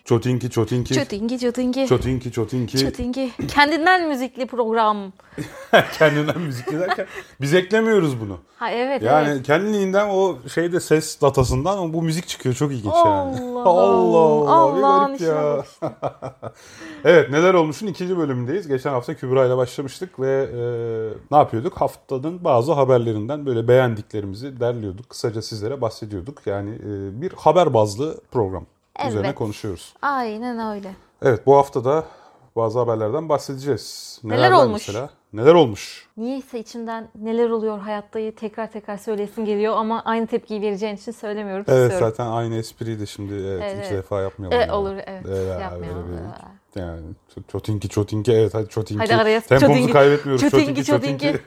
Çotinki çotinki. Çotinki çotinki. Çotinki çotinki. Çotinki. Kendinden müzikli program. Kendinden müzikli derken biz eklemiyoruz bunu. Ha evet Yani evet. kendiliğinden o şeyde ses datasından bu müzik çıkıyor. Çok ilginç yani. Allah Allah Allah'ın bir işine garip ya. Evet, Neler Olmuş'un 2. bölümündeyiz. Geçen hafta Kübra ile başlamıştık ve ne yapıyorduk? Haftanın bazı haberlerinden böyle beğendiklerimizi derliyorduk. Kısaca sizlere bahsediyorduk. Yani bir haber bazlı program. Üzerine konuşuyoruz. Aynen öyle. Evet, bu hafta da bazı haberlerden bahsedeceğiz. Neler olmuş? Mesela? Neler olmuş? Niyeyse içimden neler oluyor hayattayı tekrar tekrar söyleyesim geliyor ama aynı tepkiyi vereceğin için söylemiyorum. Evet, istiyorum. zaten aynı espriyi de şimdi Evet. iki defa yapmayalım. Olur evet yapmayalım. Yani çotinki evet hadi çotinki. Hadi araya Tempomuzu kaybetmiyoruz. Çotinki.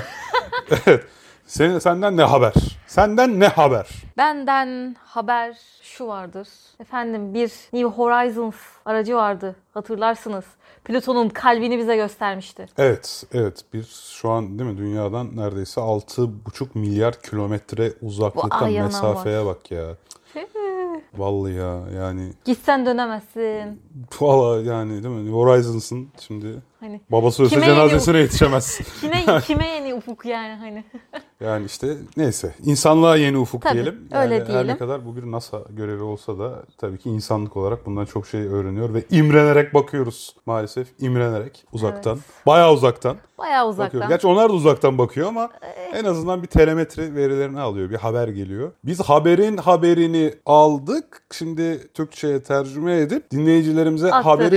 Evet. Senden ne haber? Senden ne haber? Benden haber şu vardır. Efendim bir New Horizons aracı vardı. Hatırlarsınız. Plüton'un kalbini bize göstermişti. Evet. Bir şu an değil mi dünyadan neredeyse 6,5 milyar kilometre uzaklıkta mesafeye bak ya. Vallahi ya yani. Gitsen dönemezsin. Vallahi yani değil mi? Horizons'ın şimdi Hani babası ölse cenazesine yetişemez. kime yeni ufuk yani hani. Yani işte neyse insanlığa yeni ufuk tabii, diyelim. Öyle yani diyelim. Her ne kadar bu bir NASA görevi olsa da tabii ki insanlık olarak bundan çok şey öğreniyor ve imrenerek bakıyoruz. Maalesef imrenerek uzaktan. Evet. Bayağı uzaktan. Bakıyoruz. Gerçi onlar da uzaktan bakıyor ama en azından bir telemetri verilerini alıyor. Bir haber geliyor. Biz haberini aldık. Şimdi Türkçe'ye tercüme edip dinleyicilerimize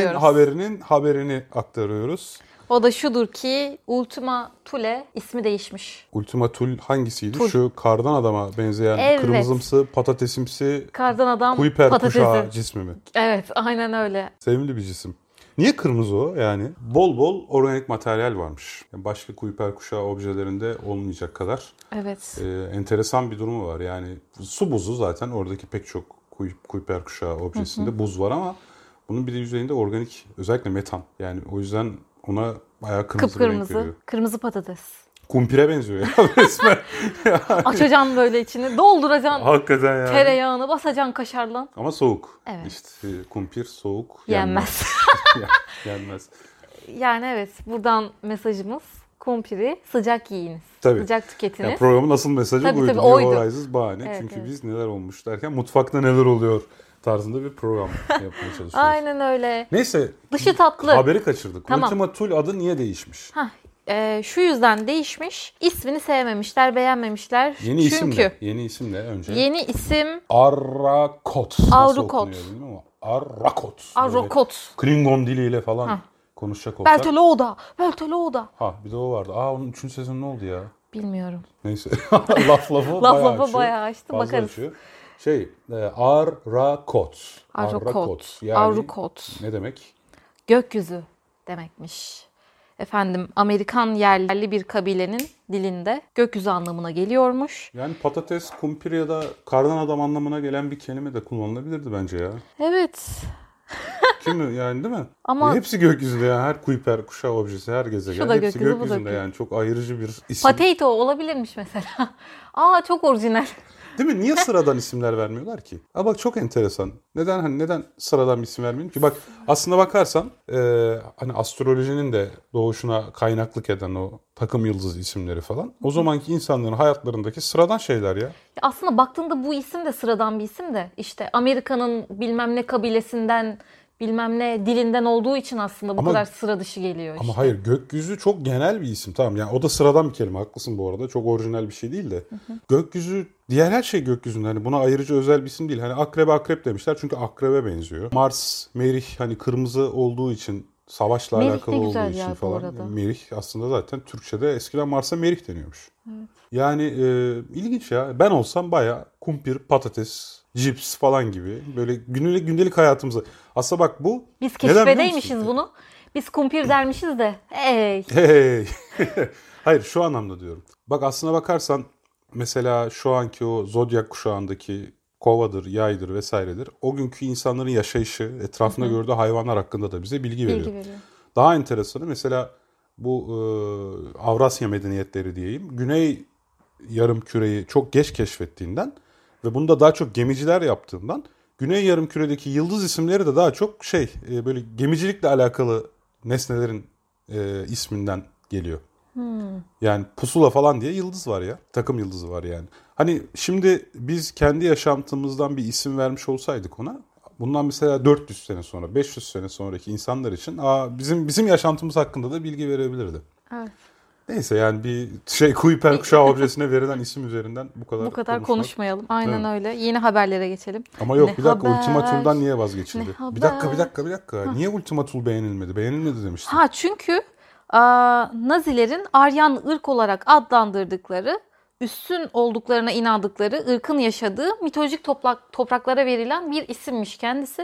haberini aktarıyoruz. O da şudur ki Ultima Thule ismi değişmiş. Ultima Thule hangisiydi? Şu kardan adama benzeyen kırmızımsı, patatesimsi kardan adam Kuiper kuşağı cismi mi? Evet, aynen öyle. Sevimli bir cisim. Niye kırmızı o yani? Bol bol organik materyal varmış. Yani başka Kuiper kuşağı objelerinde olmayacak kadar. Evet. Enteresan bir durumu var. Yani su buzu zaten oradaki pek çok Kuiper kuşağı objesinde buz var ama bunun bir de yüzeyinde organik, özellikle metan. Yani o yüzden ona bayağı kırmızı bir renk veriyor. Kırmızı patates. Kumpire benziyor ya resmen. Yani. Açacaksın böyle içini, dolduracaksın. Hakikaten yani. Tereyağını basacaksın kaşarla. Ama soğuk. Evet. İşte kumpir soğuk yenmez. Yenmez. Yani evet, buradan mesajımız kumpiri sıcak yiyiniz. Tabii. Sıcak tüketiniz. Yani programın asıl mesajı buydu. New Horizons bahane. Evet, çünkü biz neler olmuş derken mutfakta neler oluyor tarzında bir program yapmaya çalışıyoruz. Aynen öyle. Neyse. Dışı tatlı. Haberi kaçırdık. Tamam. Ultima Thule adı niye değişmiş? Şu yüzden değişmiş. İsmini sevmemişler, beğenmemişler. Yeni isim ne önce? Yeni isim Arrakot. Nasıl okunuyor bilmiyorum ama Arrakot. Klingon diliyle falan konuşacak olsak. Beltalowda. Bir de o vardı. Onun 3. sezonu ne oldu ya? Bilmiyorum. Neyse. lafı bayağı açtı. Bakarız. Açıyor. Arrakot. Yani Arrakot. Ne demek? Gökyüzü demekmiş. Efendim, Amerikan yerli bir kabilenin dilinde gökyüzü anlamına geliyormuş. Yani patates, kumpir ya da kardan adam anlamına gelen bir kelime de kullanılabilirdi bence ya. Evet. Kimi yani değil mi? Ama hepsi gökyüzünde yani, her Kuiper kuşağı objesi, her gezegen hepsi gökyüzünde yani, çok ayrıcı bir isim. Potato olabilirmiş mesela. Çok orijinal. Değil mi? Niye sıradan isimler vermiyorlar ki? Bak çok enteresan. Neden sıradan bir isim vermiyor ki? Bak aslında bakarsan hani astrolojinin de doğuşuna kaynaklık eden o takım yıldız isimleri falan, o zamanki insanların hayatlarındaki sıradan şeyler ya. Aslında baktığında bu isim de sıradan bir isim de, işte Amerika'nın bilmem ne kabilesinden, bilmem ne dilinden olduğu için aslında bu kadar sıra dışı geliyor işte. Ama hayır, gökyüzü çok genel bir isim, tamam yani o da sıradan bir kelime, haklısın bu arada, çok orijinal bir şey değil de. Gökyüzü, diğer her şey gökyüzünde, hani buna ayrıca özel bir isim değil. Hani akrep demişler çünkü akrebe benziyor. Mars, Merih hani kırmızı olduğu için, savaşla alakalı olduğu için falan. Merih aslında zaten Türkçe'de eskiden Mars'a Merih deniyormuş. Evet. Yani ilginç ya. Ben olsam bayağı kumpir, patates, cips falan gibi böyle gündelik hayatımıza. Aslında bak bu. Biz keşfedeymişiz bunu. Biz kumpir dermişiz de. Hey. Hayır, şu anlamda diyorum. Bak aslına bakarsan mesela şu anki o zodyak kuşağındaki kovadır, yaydır vesairedir. O günkü insanların yaşayışı, etrafında gördüğü hayvanlar hakkında da bize bilgi veriyor. Daha enteresanı mesela bu Avrasya medeniyetleri diyeyim. Güney yarımküreyi çok geç keşfettiğinden ve bunu da daha çok gemiciler yaptığından Güney Yarımküre'deki yıldız isimleri de daha çok böyle gemicilikle alakalı nesnelerin isminden geliyor. Yani pusula falan diye yıldız var ya. Takım yıldızı var yani. Hani şimdi biz kendi yaşantımızdan bir isim vermiş olsaydık ona, bundan mesela 400 sene sonra, 500 sene sonraki insanlar için bizim yaşantımız hakkında da bilgi verebilirdi. Evet. Neyse yani bir Kuiper kuşağı objesine verilen isim üzerinden bu kadar konuşmayalım. Aynen evet. öyle. Yeni haberlere geçelim. Ama yok, bir dakika, haber? Ultima Thul'dan niye vazgeçildi? Ne Bir dakika. haber? Niye Ultima Thul beğenilmedi? Beğenilmedi demiştin. Çünkü Nazilerin Aryan ırk olarak adlandırdıkları, üstün olduklarına inandıkları ırkın yaşadığı mitolojik topraklara verilen bir isimmiş kendisi.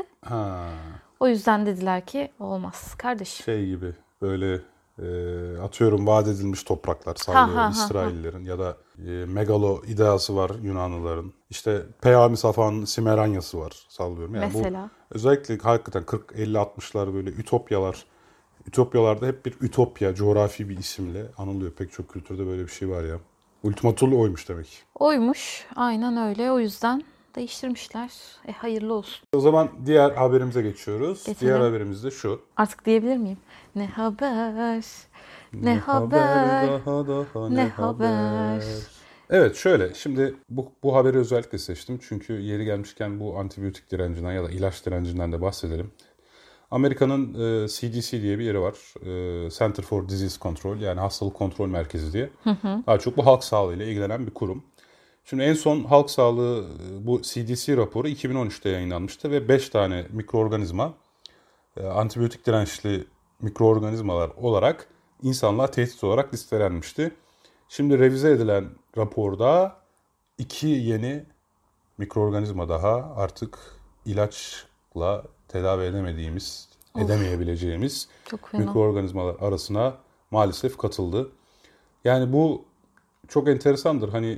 O yüzden dediler ki olmaz kardeşim. Gibi böyle atıyorum vaat edilmiş topraklar sallıyor İsraillerin ya da megalo ideası var Yunanlıların. İşte Peyami Safa'nın Simeranyası var sallıyorum. Yani mesela. Bu özellikle hakikaten 40-50-60'lar böyle Ütopyalarda hep bir ütopya, coğrafi bir isimle anılıyor. Pek çok kültürde böyle bir şey var ya. Ultima Thule oymuş demek. Oymuş. Aynen öyle. O yüzden değiştirmişler. Hayırlı olsun. O zaman diğer haberimize geçiyoruz. Geçelim. Diğer haberimiz de şu. Artık diyebilir miyim? Ne haber? Ne haber? Daha ne haber? Evet, şöyle. Şimdi bu haberi özellikle seçtim. Çünkü yeri gelmişken bu antibiyotik direncinden ya da ilaç direncinden de bahsedelim. Amerika'nın CDC diye bir yeri var. Center for Disease Control, yani hastalık kontrol merkezi diye. Daha çok bu halk sağlığıyla ilgilenen bir kurum. Şimdi en son halk sağlığı bu CDC raporu 2013'te yayınlanmıştı ve 5 tane mikroorganizma, antibiyotik dirençli mikroorganizmalar olarak insanlığa tehdit olarak listelenmişti. Şimdi revize edilen raporda 2 yeni mikroorganizma daha artık ilaçla tedavi edemeyebileceğimiz mikroorganizmalar arasına maalesef katıldı. Yani bu çok enteresandır. Hani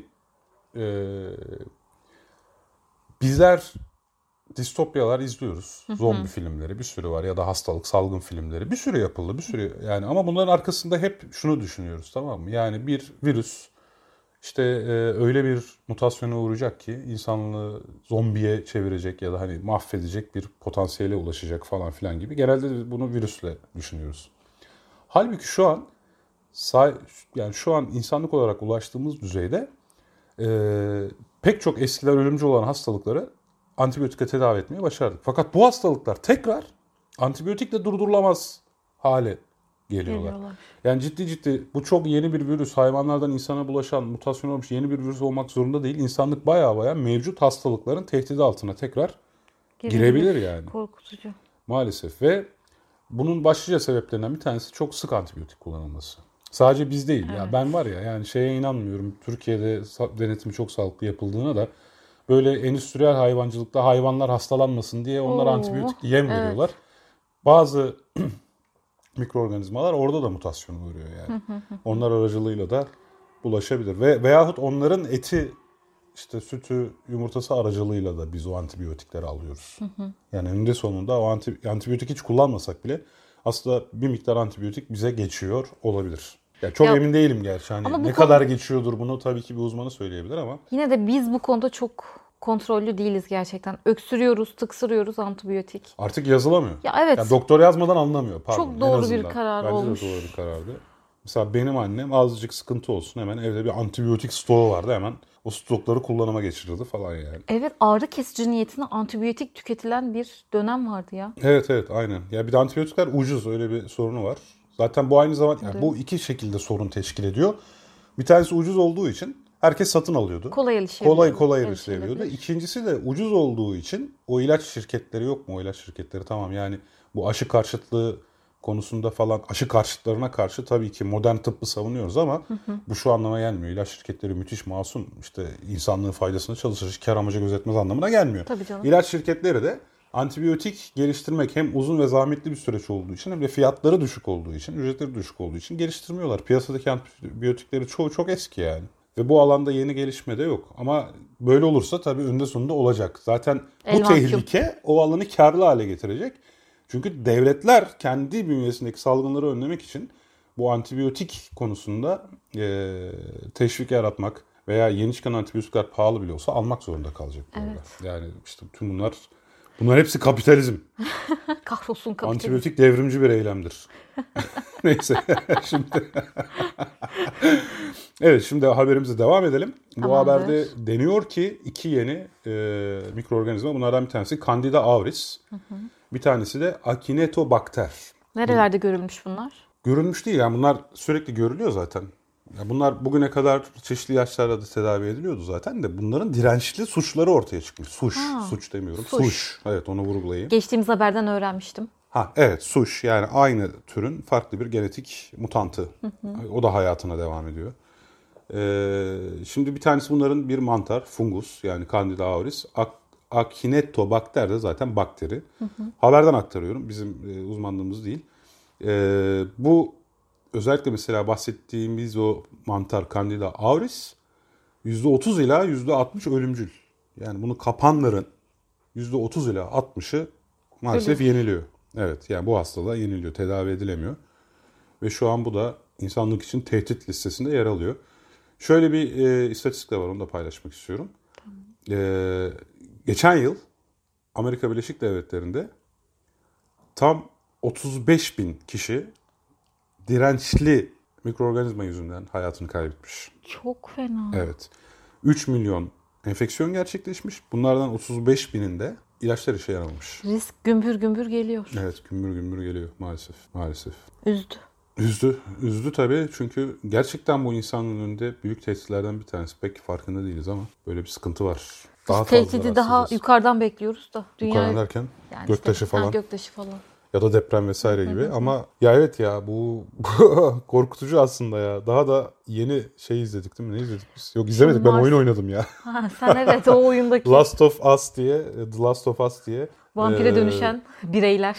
bizler distopyalar izliyoruz. Zombi filmleri bir sürü var ya da hastalık, salgın filmleri bir sürü yapıldı, bir sürü yani, ama bunların arkasında hep şunu düşünüyoruz, tamam mı? Yani bir virüs öyle bir mutasyona uğrayacak ki insanlığı zombiye çevirecek ya da hani mahvedecek bir potansiyele ulaşacak falan filan gibi. Genelde bunu virüsle düşünüyoruz. Halbuki şu an insanlık olarak ulaştığımız düzeyde pek çok eskiden ölümcül olan hastalıkları antibiyotikle tedavi etmeye başardık. Fakat bu hastalıklar tekrar antibiyotikle durdurulamaz hale geliyorlar. Yani ciddi bu çok yeni bir virüs, hayvanlardan insana bulaşan, mutasyon olmuş yeni bir virüs olmak zorunda değil. İnsanlık baya mevcut hastalıkların tehdidi altına tekrar girebilir yani. Korkutucu. Maalesef ve bunun başlıca sebeplerinden bir tanesi çok sık antibiyotik kullanılması. Sadece biz değil. Evet. Ya ben var ya, yani inanmıyorum. Türkiye'de denetimi çok sağlıklı yapıldığına da böyle endüstriyel hayvancılıkta hayvanlar hastalanmasın diye onlara antibiyotik yem veriyorlar. Bazı mikroorganizmalar orada da mutasyona uğruyor yani. Onlar aracılığıyla da bulaşabilir. Veyahut onların eti, sütü, yumurtası aracılığıyla da biz o antibiyotikleri alıyoruz. Yani eninde sonunda o antibiyotik hiç kullanmasak bile aslında bir miktar antibiyotik bize geçiyor olabilir. Ya çok emin değilim gerçi. Hani ne kadar geçiyordur, bunu tabii ki bir uzmanı söyleyebilir ama. Yine de biz bu konuda çok kontrollü değiliz gerçekten. Öksürüyoruz, tıksırıyoruz antibiyotik. Artık yazılamıyor. Ya evet. Yani doktor yazmadan anlamıyor. Pardon, çok doğru bir karar olmuş. Bence de doğru bir karardı. Mesela benim annem azıcık sıkıntı olsun hemen evde bir antibiyotik stoğu vardı, hemen o stokları kullanıma geçirirdi falan yani. Evet, ağrı kesici niyetine antibiyotik tüketilen bir dönem vardı ya. Evet aynen. Ya bir de antibiyotikler ucuz, öyle bir sorunu var. Zaten bu aynı zamanda yani bu iki şekilde sorun teşkil ediyor. Bir tanesi ucuz olduğu için herkes satın alıyordu. Kolay erişilebiliyordu. İkincisi de ucuz olduğu için o ilaç şirketleri yok mu? O ilaç şirketleri tamam yani bu aşı karşıtlığı konusunda falan, aşı karşıtlarına karşı tabii ki modern tıbbı savunuyoruz ama bu şu anlama gelmiyor. İlaç şirketleri müthiş masum, insanlığın faydasına çalışır, kar amacı gözetmez anlamına gelmiyor. Tabii canım. İlaç şirketleri de antibiyotik geliştirmek hem uzun ve zahmetli bir süreç olduğu için hem de fiyatları düşük olduğu için, ücretleri düşük olduğu için geliştirmiyorlar. Piyasadaki antibiyotikleri çoğu çok eski yani. Ve bu alanda yeni gelişme de yok. Ama böyle olursa tabii önde sonunda olacak. Zaten bu tehlike o alanı karlı hale getirecek. Çünkü devletler kendi bünyesindeki salgınları önlemek için bu antibiyotik konusunda teşvik yaratmak veya yeni çıkan antibiyotikler pahalı bile olsa almak zorunda kalacak. Evet. Yani tüm bunlar Bunlar hepsi kapitalizm. Kahrolsun kapitalizm. Antibiyotik devrimci bir eylemdir. Neyse şimdi. Evet, şimdi haberimize devam edelim. Bu Tamamdır. haberde deniyor ki 2 yeni mikroorganizma. Bunlardan bir tanesi Candida auris. Bir tanesi de Acinetobacter. Nerelerde görülmüş bunlar? Görülmüş değil yani, bunlar sürekli görülüyor zaten. Ya bunlar bugüne kadar çeşitli ilaçlarla da tedavi ediliyordu zaten de bunların dirençli suçları ortaya çıkmış. Suç demiyorum. Suç. Evet, onu vurgulayayım. Geçtiğimiz haberden öğrenmiştim. Evet, suç yani aynı türün farklı bir genetik mutantı. O da hayatına devam ediyor. Şimdi bir tanesi bunların bir mantar, fungus yani Candida auris. Acinetobacter de zaten bakteri. Haberden aktarıyorum, bizim uzmanlığımız değil. Bu özellikle mesela bahsettiğimiz o mantar Candida auris %30 ila %60 ölümcül. Yani bunu kapanların %30 ila 60'ı maalesef yeniliyor. Evet, yani bu hastalığa yeniliyor, tedavi edilemiyor. Ve şu an bu da insanlık için tehdit listesinde yer alıyor. Şöyle bir istatistik de var, onu da paylaşmak istiyorum. Geçen yıl Amerika Birleşik Devletleri'nde tam 35 bin kişi dirençli mikroorganizma yüzünden hayatını kaybetmiş. Çok fena. Evet. 3 milyon enfeksiyon gerçekleşmiş. Bunlardan 35 bininde ilaçlar işe yaramamış. Risk gümbür gümbür geliyor. Evet, gümbür gümbür geliyor maalesef. Üzdü. Üzdü tabii, çünkü gerçekten bu insanın önünde büyük tehditlerden bir tanesi. Pek farkında değiliz ama böyle bir sıkıntı var. Daha fazla Tehdidi daha rastlayacağız. yukarıdan bekliyoruz da. Yukarıdan derken yani göktaşı falan. Göktaşı falan. Ya da deprem vesaire gibi. Ama ya evet ya, bu korkutucu aslında ya. Daha da yeni şey izledik değil mi? Ne izledik biz? Yok, izlemedik. Ben oyun oynadım ya. Ha, sen evet o oyundaki The Last of Us diye. vampire dönüşen bireyler.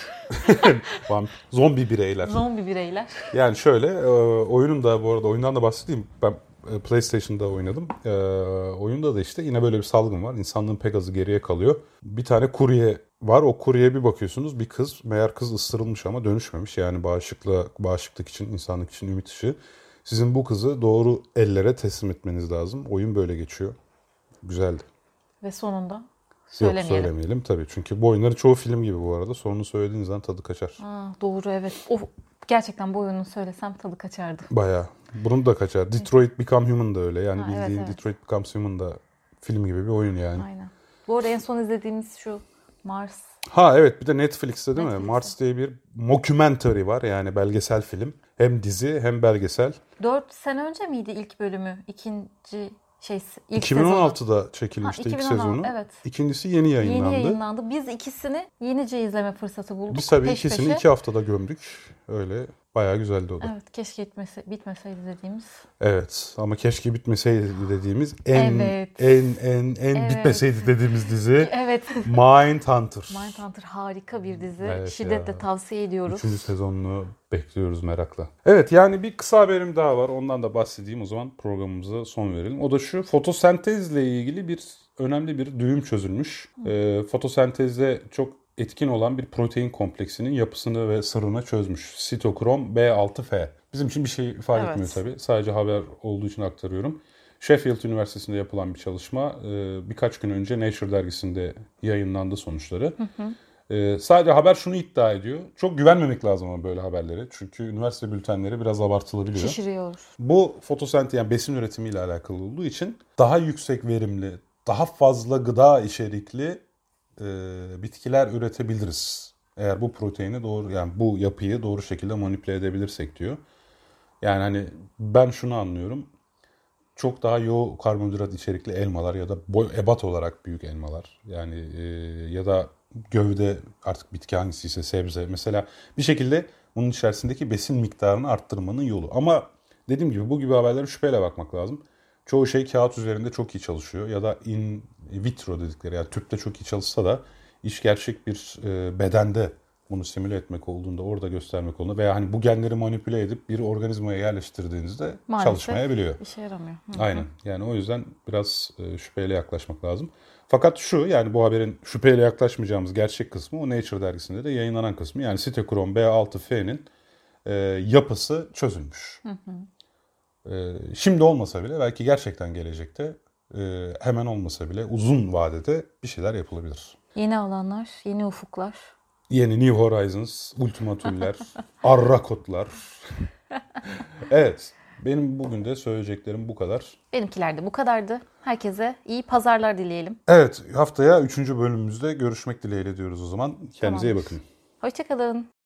Zombi bireyler. Zombi bireyler. Yani şöyle, oyunun da bu arada, oyundan da bahsedeyim. Ben PlayStation'da oynadım. Oyunda da işte yine böyle bir salgın var. İnsanlığın pek azı geriye kalıyor. Bir tane kurye var. O kuryeye bir bakıyorsunuz, bir kız. Meğer kız ısırılmış ama dönüşmemiş. Yani bağışıklık için, insanlık için ümit ışığı. Sizin bu kızı doğru ellere teslim etmeniz lazım. Oyun böyle geçiyor. Güzeldi. Ve sonunda Yok, söylemeyelim tabii. Çünkü bu oyunların çoğu film gibi bu arada. Sonunu söylediğiniz zaman tadı kaçar. Doğru, evet. Gerçekten bu oyunu söylesem tadı kaçardı. Bayağı. Bunun da kaçar. Detroit Become Human da öyle. Yani bildiğin evet. Detroit Become Human da film gibi bir oyun yani. Aynen. Bu arada en son izlediğimiz şu Mars. Evet, bir de Netflix'te değil mi? Mars diye bir mockumentary var, yani belgesel film. Hem dizi hem belgesel. 4 sene önce miydi ilk bölümü? İkinci ilk 2016'da çekilmişti 2016, ilk sezonu. evet. İkincisi yeni yayınlandı. Yeni yayınlandı. Biz ikisini yenice izleme fırsatı bulduk. Biz tabii peş ikisini peşe. 2 haftada gömdük. Öyle bayağı güzeldi o da. Evet, keşke bitmeseydi dediğimiz. Evet, ama keşke bitmeseydi dediğimiz Evet. en bitmeseydi dediğimiz dizi Evet. Mindhunter. Mindhunter harika bir dizi. Evet Şiddetle ya. tavsiye ediyoruz. 3. sezonunu bekliyoruz merakla. Evet, yani bir kısa haberim daha var. Ondan da bahsedeyim, o zaman programımıza son verelim. O da şu: fotosentezle ilgili önemli bir düğüm çözülmüş. Fotosentezde çok etkin olan bir protein kompleksinin yapısını ve sırrını çözmüş. Sitokrom B6F. Bizim için bir şey ifade etmiyor tabii. Sadece haber olduğu için aktarıyorum. Sheffield Üniversitesi'nde yapılan bir çalışma. Birkaç gün önce Nature dergisinde yayınlandı sonuçları. Sadece haber şunu iddia ediyor. Çok güvenmemek lazım ama böyle haberlere. Çünkü üniversite bültenleri biraz abartılabiliyor. Şişiriyor. Bu fotosentez, yani besin üretimiyle alakalı olduğu için daha yüksek verimli, daha fazla gıda içerikli bitkiler üretebiliriz. Eğer bu proteini doğru, yani bu yapıyı doğru şekilde manipüle edebilirsek diyor. Yani hani ben şunu anlıyorum. Çok daha yoğun karbonhidrat içerikli elmalar ya da ebat olarak büyük elmalar, yani ya da gövde, artık bitki hangisiyse, sebze mesela, bir şekilde bunun içerisindeki besin miktarını arttırmanın yolu. Ama dediğim gibi bu gibi haberlere şüpheyle bakmak lazım. Çoğu şey kağıt üzerinde çok iyi çalışıyor ya da in vitro dedikleri, yani tüpte çok iyi çalışsa da iş gerçek bir bedende bunu simüle etmek olduğunda, orada göstermek olduğunda veya hani bu genleri manipüle edip bir organizmaya yerleştirdiğinizde maalesef çalışmayabiliyor. İşe yaramıyor. Aynen. Yani o yüzden biraz şüpheyle yaklaşmak lazım. Fakat şu, yani bu haberin şüpheyle yaklaşmayacağımız gerçek kısmı o Nature dergisinde de yayınlanan kısmı. Yani sitokrom B6F'nin yapısı çözülmüş. Şimdi olmasa bile belki gerçekten gelecekte hemen olmasa bile uzun vadede bir şeyler yapılabilir. Yeni alanlar, yeni ufuklar. Yeni New Horizons, Ultima Thule'ler, Arrakotlar. Evet, benim bugün de söyleyeceklerim bu kadar. Benimkiler de bu kadardı. Herkese iyi pazarlar dileyelim. Evet, haftaya 3. bölümümüzde görüşmek dileğiyle diyoruz o zaman. Kendinize iyi Tamamdır. bakın. Hoşçakalın.